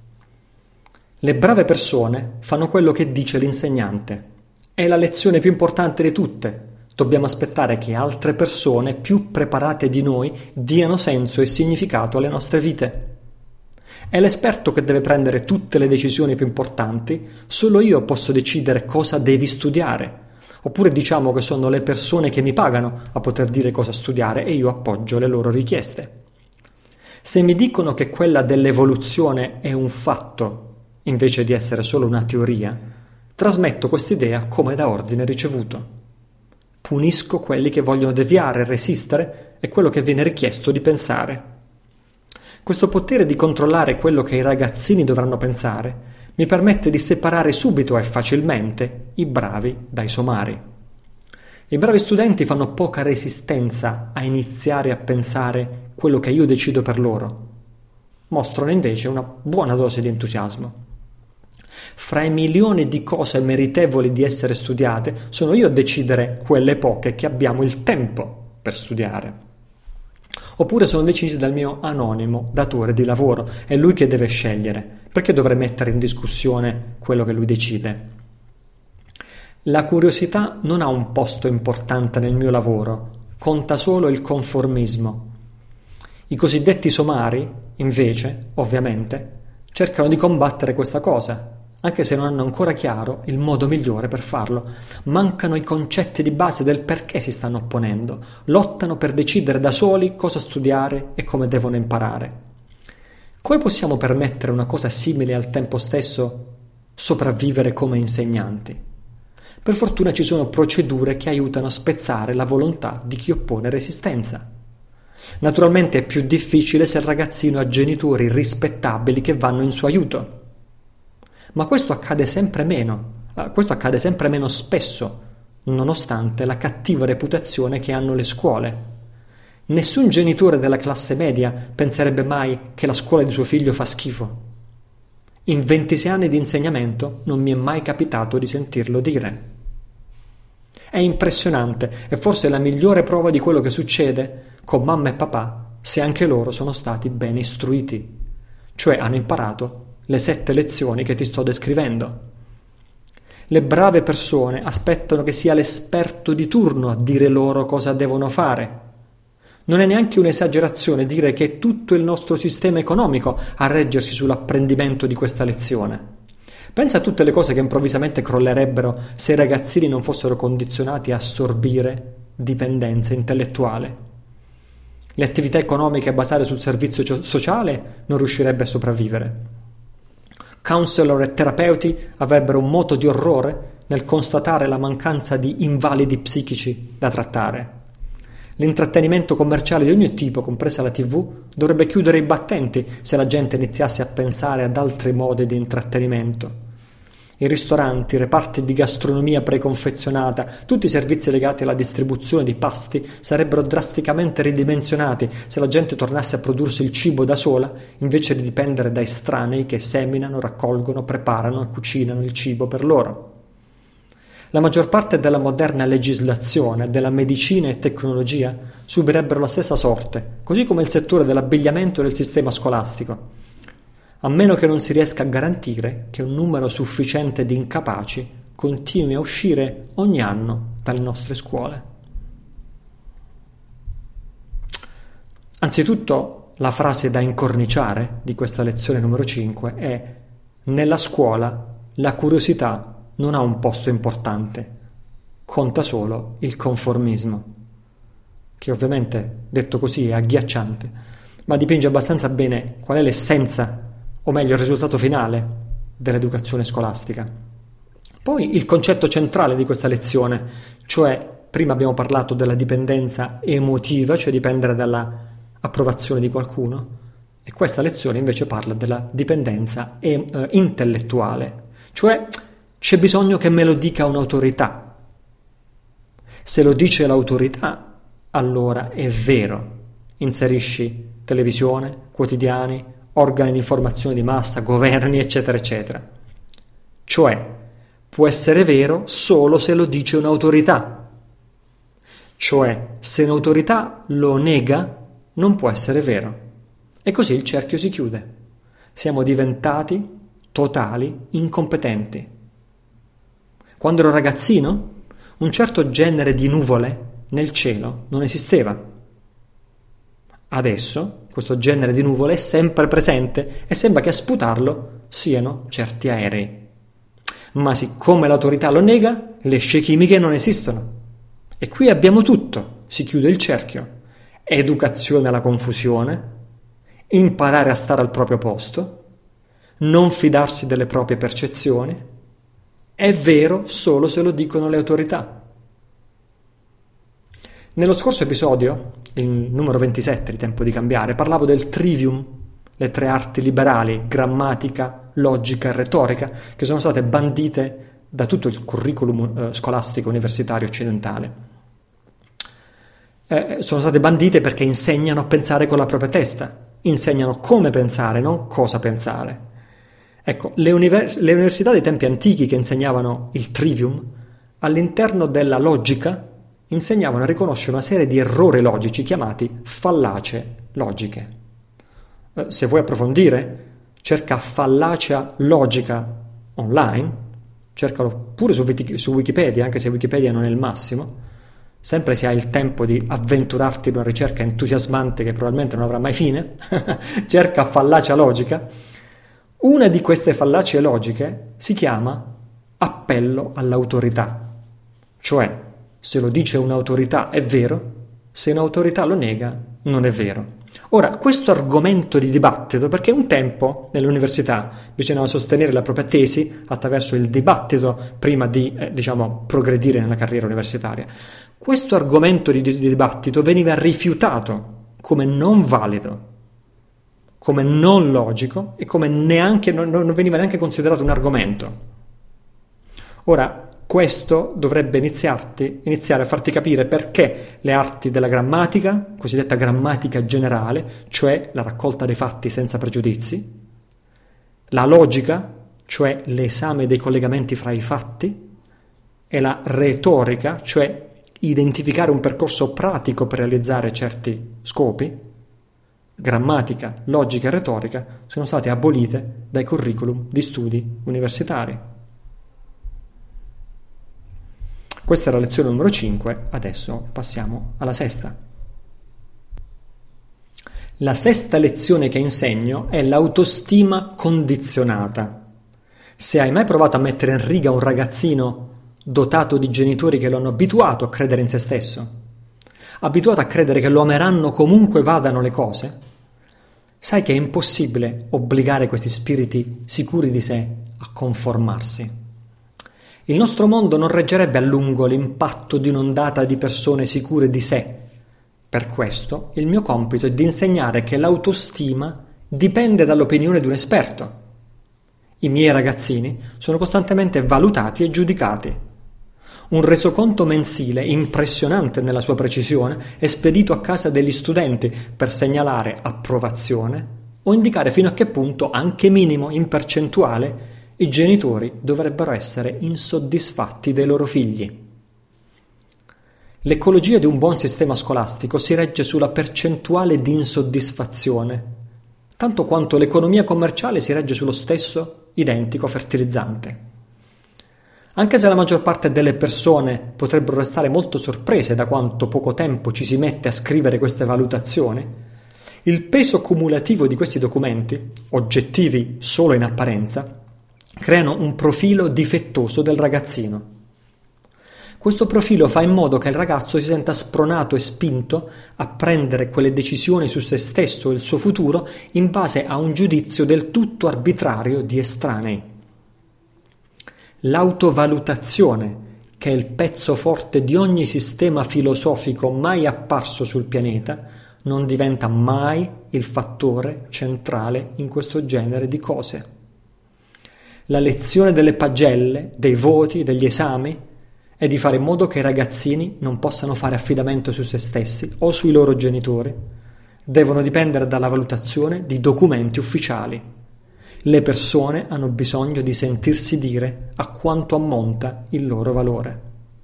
Le brave persone fanno quello che dice l'insegnante. È la lezione più importante di tutte. Dobbiamo aspettare che altre persone più preparate di noi diano senso e significato alle nostre vite. È l'esperto che deve prendere tutte le decisioni più importanti. Solo io posso decidere cosa devi studiare. Oppure diciamo che sono le persone che mi pagano a poter dire cosa studiare e io appoggio le loro richieste. Se mi dicono che quella dell'evoluzione è un fatto invece di essere solo una teoria, trasmetto quest'idea come da ordine ricevuto. Punisco quelli che vogliono deviare e resistere è quello che viene richiesto di pensare. Questo potere di controllare quello che i ragazzini dovranno pensare mi permette di separare subito e facilmente i bravi dai somari. I bravi studenti fanno poca resistenza a iniziare a pensare quello che io decido per loro. Mostrano invece una buona dose di entusiasmo. Fra i milioni di cose meritevoli di essere studiate, sono io a decidere quelle poche che abbiamo il tempo per studiare. Oppure sono decise dal mio anonimo datore di lavoro, è lui che deve scegliere. Perché dovrei mettere in discussione quello che lui decide? La curiosità non ha un posto importante nel mio lavoro, conta solo il conformismo. I cosiddetti somari, invece, ovviamente, cercano di combattere questa cosa, anche se non hanno ancora chiaro il modo migliore per farlo. Mancano i concetti di base del perché si stanno opponendo, lottano per decidere da soli cosa studiare e come devono imparare. Come possiamo permettere una cosa simile e al tempo stesso sopravvivere come insegnanti? Per fortuna ci sono procedure che aiutano a spezzare la volontà di chi oppone resistenza. Naturalmente è più difficile se il ragazzino ha genitori rispettabili che vanno in suo aiuto. Ma questo accade sempre meno, questo accade sempre meno spesso, nonostante la cattiva reputazione che hanno le scuole. Nessun genitore della classe media penserebbe mai che la scuola di suo figlio fa schifo. In ventisei anni di insegnamento non mi è mai capitato di sentirlo dire. È impressionante e forse la migliore prova di quello che succede con mamma e papà se anche loro sono stati ben istruiti, cioè hanno imparato le sette lezioni che ti sto descrivendo. Le brave persone aspettano che sia l'esperto di turno a dire loro cosa devono fare. Non è neanche un'esagerazione dire che è tutto il nostro sistema economico a reggersi sull'apprendimento di questa lezione. Pensa a tutte le cose che improvvisamente crollerebbero se i ragazzini non fossero condizionati a assorbire dipendenza intellettuale. Le attività economiche basate sul servizio sociale non riuscirebbe a sopravvivere. Counselor e terapeuti avrebbero un moto di orrore nel constatare la mancanza di invalidi psichici da trattare. L'intrattenimento commerciale di ogni tipo, compresa la tivù, dovrebbe chiudere i battenti se la gente iniziasse a pensare ad altri modi di intrattenimento. I ristoranti, i reparti di gastronomia preconfezionata, tutti i servizi legati alla distribuzione di pasti sarebbero drasticamente ridimensionati se la gente tornasse a prodursi il cibo da sola invece di dipendere da estranei che seminano, raccolgono, preparano e cucinano il cibo per loro. La maggior parte della moderna legislazione, della medicina e tecnologia subirebbero la stessa sorte, così come il settore dell'abbigliamento e del sistema scolastico, a meno che non si riesca a garantire che un numero sufficiente di incapaci continui a uscire ogni anno dalle nostre scuole. Anzitutto, la frase da incorniciare di questa lezione numero cinque è: nella scuola la curiosità non ha un posto importante, conta solo il conformismo, che ovviamente, detto così, è agghiacciante, ma dipinge abbastanza bene qual è l'essenza, o meglio il risultato finale dell'educazione scolastica. Poi il concetto centrale di questa lezione, cioè prima abbiamo parlato della dipendenza emotiva, cioè dipendere dalla approvazione di qualcuno, e questa lezione invece parla della dipendenza e, eh, intellettuale, cioè c'è bisogno che me lo dica un'autorità. Se lo dice l'autorità, allora è vero. Inserisci televisione, quotidiani, organi di informazione di massa, governi, eccetera, eccetera. Cioè, può essere vero solo se lo dice un'autorità. Cioè, se un'autorità lo nega, non può essere vero. E così il cerchio si chiude. Siamo diventati totali incompetenti. Quando ero ragazzino, un certo genere di nuvole nel cielo non esisteva. Adesso questo genere di nuvole è sempre presente e sembra che a sputarlo siano certi aerei. Ma siccome l'autorità lo nega, le scie chimiche non esistono. E qui abbiamo tutto, si chiude il cerchio. Educazione alla confusione, imparare a stare al proprio posto, non fidarsi delle proprie percezioni. È vero solo se lo dicono le autorità. Nello scorso episodio, il numero ventisette di Tempo di Cambiare, parlavo del trivium, le tre arti liberali, grammatica, logica e retorica, che sono state bandite da tutto il curriculum eh, scolastico universitario occidentale. Eh, sono state bandite perché insegnano a pensare con la propria testa, insegnano come pensare, non cosa pensare. Ecco, le, univers- le università dei tempi antichi che insegnavano il trivium, all'interno della logica, insegnavano a riconoscere una serie di errori logici chiamati fallacie logiche. Eh, se vuoi approfondire, cerca fallacia logica online, cercalo pure su, su Wikipedia, anche se Wikipedia non è il massimo, sempre se hai il tempo di avventurarti in una ricerca entusiasmante che probabilmente non avrà mai fine, cerca fallacia logica. Una di queste fallacie logiche si chiama appello all'autorità, cioè se lo dice un'autorità è vero, se un'autorità lo nega non è vero. Ora, questo argomento di dibattito, perché un tempo nell'università bisognava sostenere la propria tesi attraverso il dibattito prima di, eh, diciamo, progredire nella carriera universitaria. Questo argomento di, di dibattito veniva rifiutato come non valido, come non logico e come neanche, non, non veniva neanche considerato un argomento. Ora, questo dovrebbe iniziarti, iniziare a farti capire perché le arti della grammatica, cosiddetta grammatica generale, cioè la raccolta dei fatti senza pregiudizi, la logica, cioè l'esame dei collegamenti fra i fatti, e la retorica, cioè identificare un percorso pratico per realizzare certi scopi, grammatica, logica e retorica, sono state abolite dai curriculum di studi universitari. Questa era la lezione numero cinque, adesso passiamo alla sesta. La sesta lezione che insegno è l'autostima condizionata. Se hai mai provato a mettere in riga un ragazzino dotato di genitori che lo hanno abituato a credere in se stesso, abituato a credere che lo ameranno comunque vadano le cose, sai che è impossibile obbligare questi spiriti sicuri di sé a conformarsi. Il nostro mondo non reggerebbe a lungo l'impatto di un'ondata di persone sicure di sé. Per questo il mio compito è di insegnare che l'autostima dipende dall'opinione di un esperto. I miei ragazzini sono costantemente valutati e giudicati. Un resoconto mensile impressionante nella sua precisione è spedito a casa degli studenti per segnalare approvazione o indicare fino a che punto, anche minimo in percentuale, i genitori dovrebbero essere insoddisfatti dei loro figli. L'ecologia di un buon sistema scolastico si regge sulla percentuale di insoddisfazione, tanto quanto l'economia commerciale si regge sullo stesso identico fertilizzante. Anche se la maggior parte delle persone potrebbero restare molto sorprese da quanto poco tempo ci si mette a scrivere queste valutazioni, il peso cumulativo di questi documenti, oggettivi solo in apparenza, creano un profilo difettoso del ragazzino. Questo profilo fa in modo che il ragazzo si senta spronato e spinto a prendere quelle decisioni su se stesso e il suo futuro in base a un giudizio del tutto arbitrario di estranei. L'autovalutazione, che è il pezzo forte di ogni sistema filosofico mai apparso sul pianeta, non diventa mai il fattore centrale in questo genere di cose. La lezione delle pagelle, dei voti, degli esami è di fare in modo che i ragazzini non possano fare affidamento su se stessi o sui loro genitori. Devono dipendere dalla valutazione di documenti ufficiali. Le persone hanno bisogno di sentirsi dire a quanto ammonta il loro valore.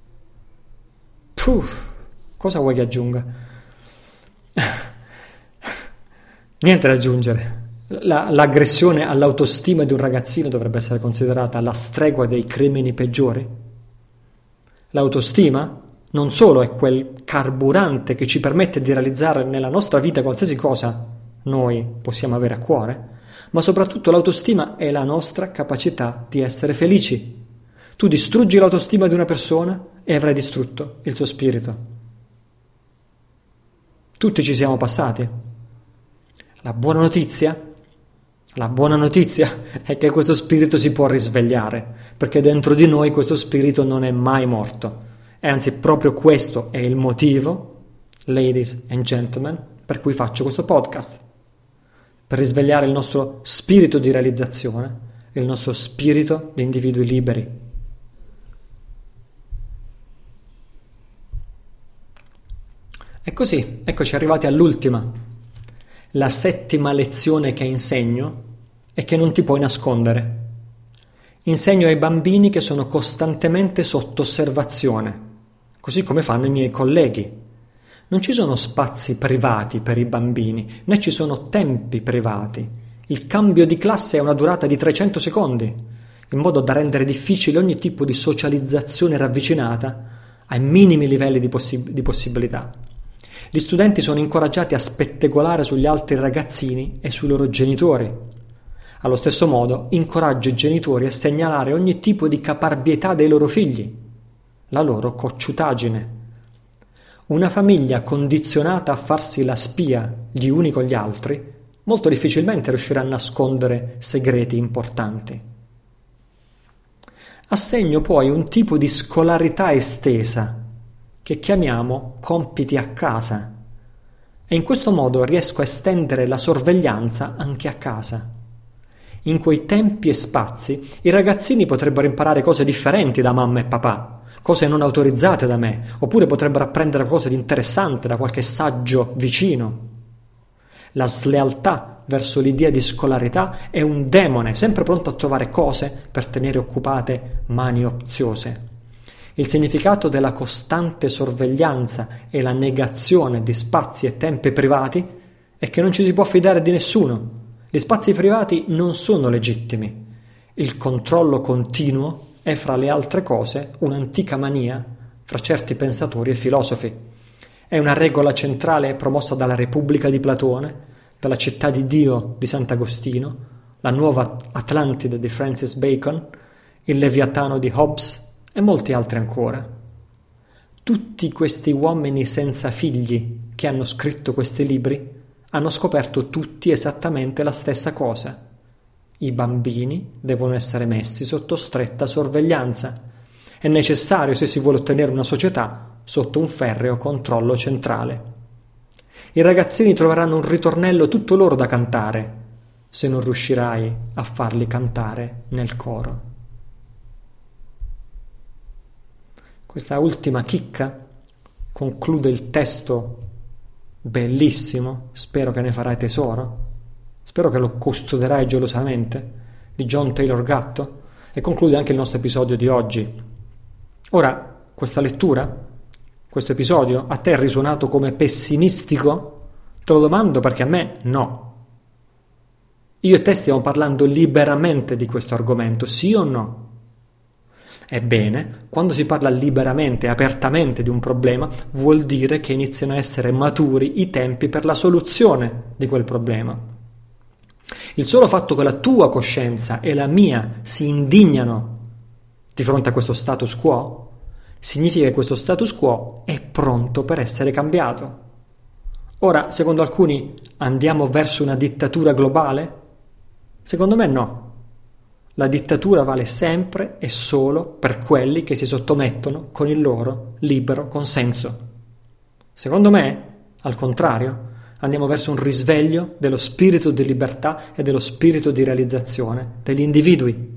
Puh, cosa vuoi che aggiunga? Niente da aggiungere. La, l'aggressione all'autostima di un ragazzino dovrebbe essere considerata la stregua dei crimini peggiori. L'autostima non solo è quel carburante che ci permette di realizzare nella nostra vita qualsiasi cosa noi possiamo avere a cuore, ma soprattutto l'autostima è la nostra capacità di essere felici. Tu distruggi l'autostima di una persona e avrai distrutto il suo spirito. Tutti ci siamo passati. La buona notizia? La buona notizia è che questo spirito si può risvegliare, perché dentro di noi questo spirito non è mai morto. E anzi, proprio questo è il motivo, ladies and gentlemen, per cui faccio questo podcast. Per risvegliare il nostro spirito di realizzazione, il nostro spirito di individui liberi. E così, eccoci arrivati all'ultima. La settima lezione che insegno è che non ti puoi nascondere. Insegno ai bambini che sono costantemente sotto osservazione, così come fanno i miei colleghi. Non ci sono spazi privati per i bambini, né ci sono tempi privati. Il cambio di classe ha una durata di trecento secondi, in modo da rendere difficile ogni tipo di socializzazione ravvicinata ai minimi livelli di, possi- di possibilità. Gli studenti sono incoraggiati a spettegolare sugli altri ragazzini e sui loro genitori. Allo stesso modo, incoraggio i genitori a segnalare ogni tipo di caparbietà dei loro figli, la loro cocciutaggine. Una famiglia condizionata a farsi la spia gli uni con gli altri molto difficilmente riuscirà a nascondere segreti importanti. Assegno poi un tipo di scolarità estesa che chiamiamo compiti a casa, e in questo modo riesco a estendere la sorveglianza anche a casa. In quei tempi e spazi i ragazzini potrebbero imparare cose differenti da mamma e papà, cose non autorizzate da me, oppure potrebbero apprendere cose di interessante da qualche saggio vicino. La slealtà verso l'idea di scolarità è un demone sempre pronto a trovare cose per tenere occupate mani oziose. Il significato della costante sorveglianza e la negazione di spazi e tempi privati è che non ci si può fidare di nessuno. Gli spazi privati non sono legittimi. Il controllo continuo è, fra le altre cose, un'antica mania fra certi pensatori e filosofi. È una regola centrale promossa dalla Repubblica di Platone, dalla città di Dio di Sant'Agostino, la nuova Atlantide di Francis Bacon, il Leviatano di Hobbes e molti altri ancora. Tutti questi uomini senza figli che hanno scritto questi libri hanno scoperto tutti esattamente la stessa cosa. I bambini devono essere messi sotto stretta sorveglianza. È necessario se si vuole ottenere una società sotto un ferreo controllo centrale. I ragazzini troveranno un ritornello tutto loro da cantare, se non riuscirai a farli cantare nel coro. Questa ultima chicca conclude il testo bellissimo, spero che ne farai tesoro, spero che lo custoderai gelosamente, di John Taylor Gatto, e conclude anche il nostro episodio di oggi. Ora, questa lettura, questo episodio, a te è risuonato come pessimistico? Te lo domando perché a me no. Io e te stiamo parlando liberamente di questo argomento, sì o no? Ebbene, quando si parla liberamente e apertamente di un problema, vuol dire che iniziano a essere maturi i tempi per la soluzione di quel problema. Il solo fatto che la tua coscienza e la mia si indignano di fronte a questo status quo significa che questo status quo è pronto per essere cambiato. Ora, secondo alcuni, andiamo verso una dittatura globale? Secondo me no. La dittatura vale sempre e solo per quelli che si sottomettono con il loro libero consenso. Secondo me, al contrario, andiamo verso un risveglio dello spirito di libertà e dello spirito di realizzazione degli individui.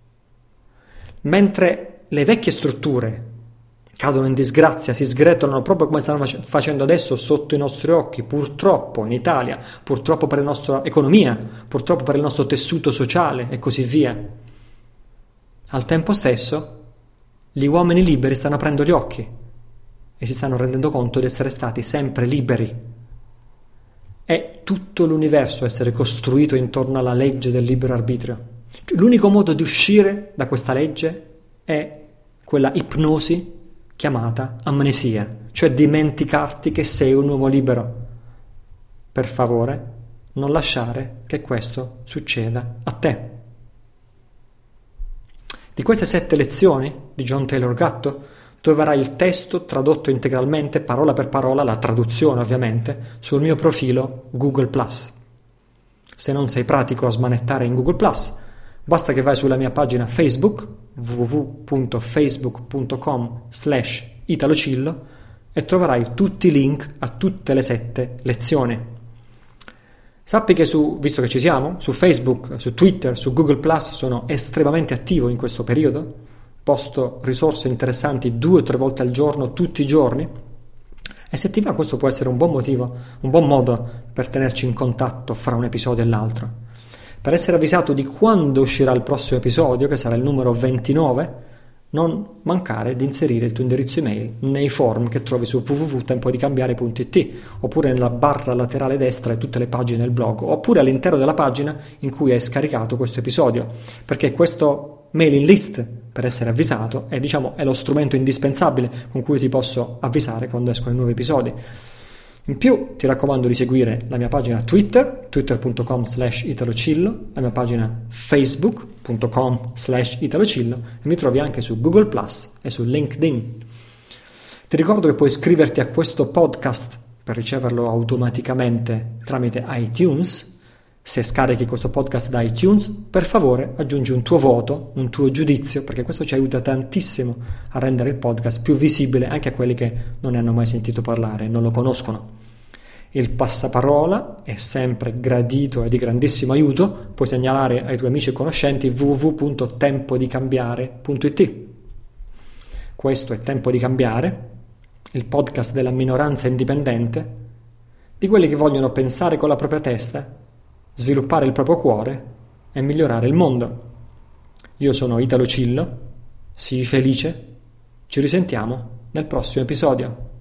Mentre le vecchie strutture cadono in disgrazia, si sgretolano proprio come stanno facendo adesso sotto i nostri occhi, purtroppo in Italia, purtroppo per la nostra economia, purtroppo per il nostro tessuto sociale e così via. Al tempo stesso, gli uomini liberi stanno aprendo gli occhi e si stanno rendendo conto di essere stati sempre liberi. È tutto l'universo essere costruito intorno alla legge del libero arbitrio. L'unico modo di uscire da questa legge è quella ipnosi chiamata amnesia, cioè dimenticarti che sei un uomo libero. Per favore, non lasciare che questo succeda a te. Di queste sette lezioni di John Taylor Gatto troverai il testo tradotto integralmente, parola per parola, la traduzione ovviamente, sul mio profilo Google plus. Se non sei pratico a smanettare in Google plus, basta che vai sulla mia pagina Facebook w w w punto facebook punto com slash italocillo e troverai tutti i link a tutte le sette lezioni. Sappi che su, visto che ci siamo, su Facebook, su Twitter, su Google plus sono estremamente attivo in questo periodo, posto risorse interessanti due o tre volte al giorno, tutti i giorni, e se ti va questo può essere un buon motivo, un buon modo per tenerci in contatto fra un episodio e l'altro. Per essere avvisato di quando uscirà il prossimo episodio, che sarà il numero ventinove, non mancare di inserire il tuo indirizzo email nei form che trovi su w w w punto tempo di cambiare punto i t, oppure nella barra laterale destra di tutte le pagine del blog, oppure all'interno della pagina in cui hai scaricato questo episodio, perché questo mailing list, per essere avvisato, è, diciamo, è lo strumento indispensabile con cui ti posso avvisare quando escono i nuovi episodi. In più ti raccomando di seguire la mia pagina Twitter, twitter punto com slash italocillo, la mia pagina facebook punto com slash italocillo e mi trovi anche su Google plus e su LinkedIn. Ti ricordo che puoi iscriverti a questo podcast per riceverlo automaticamente tramite iTunes. Se scarichi questo podcast da iTunes, per favore aggiungi un tuo voto, un tuo giudizio, perché questo ci aiuta tantissimo a rendere il podcast più visibile anche a quelli che non ne hanno mai sentito parlare e non lo conoscono. Il passaparola è sempre gradito e di grandissimo aiuto, puoi segnalare ai tuoi amici e conoscenti w w w punto tempo di cambiare punto i t. Questo è Tempo di Cambiare, il podcast della minoranza indipendente, di quelli che vogliono pensare con la propria testa, sviluppare il proprio cuore e migliorare il mondo. Io sono Italo Cillo, sii felice, ci risentiamo nel prossimo episodio.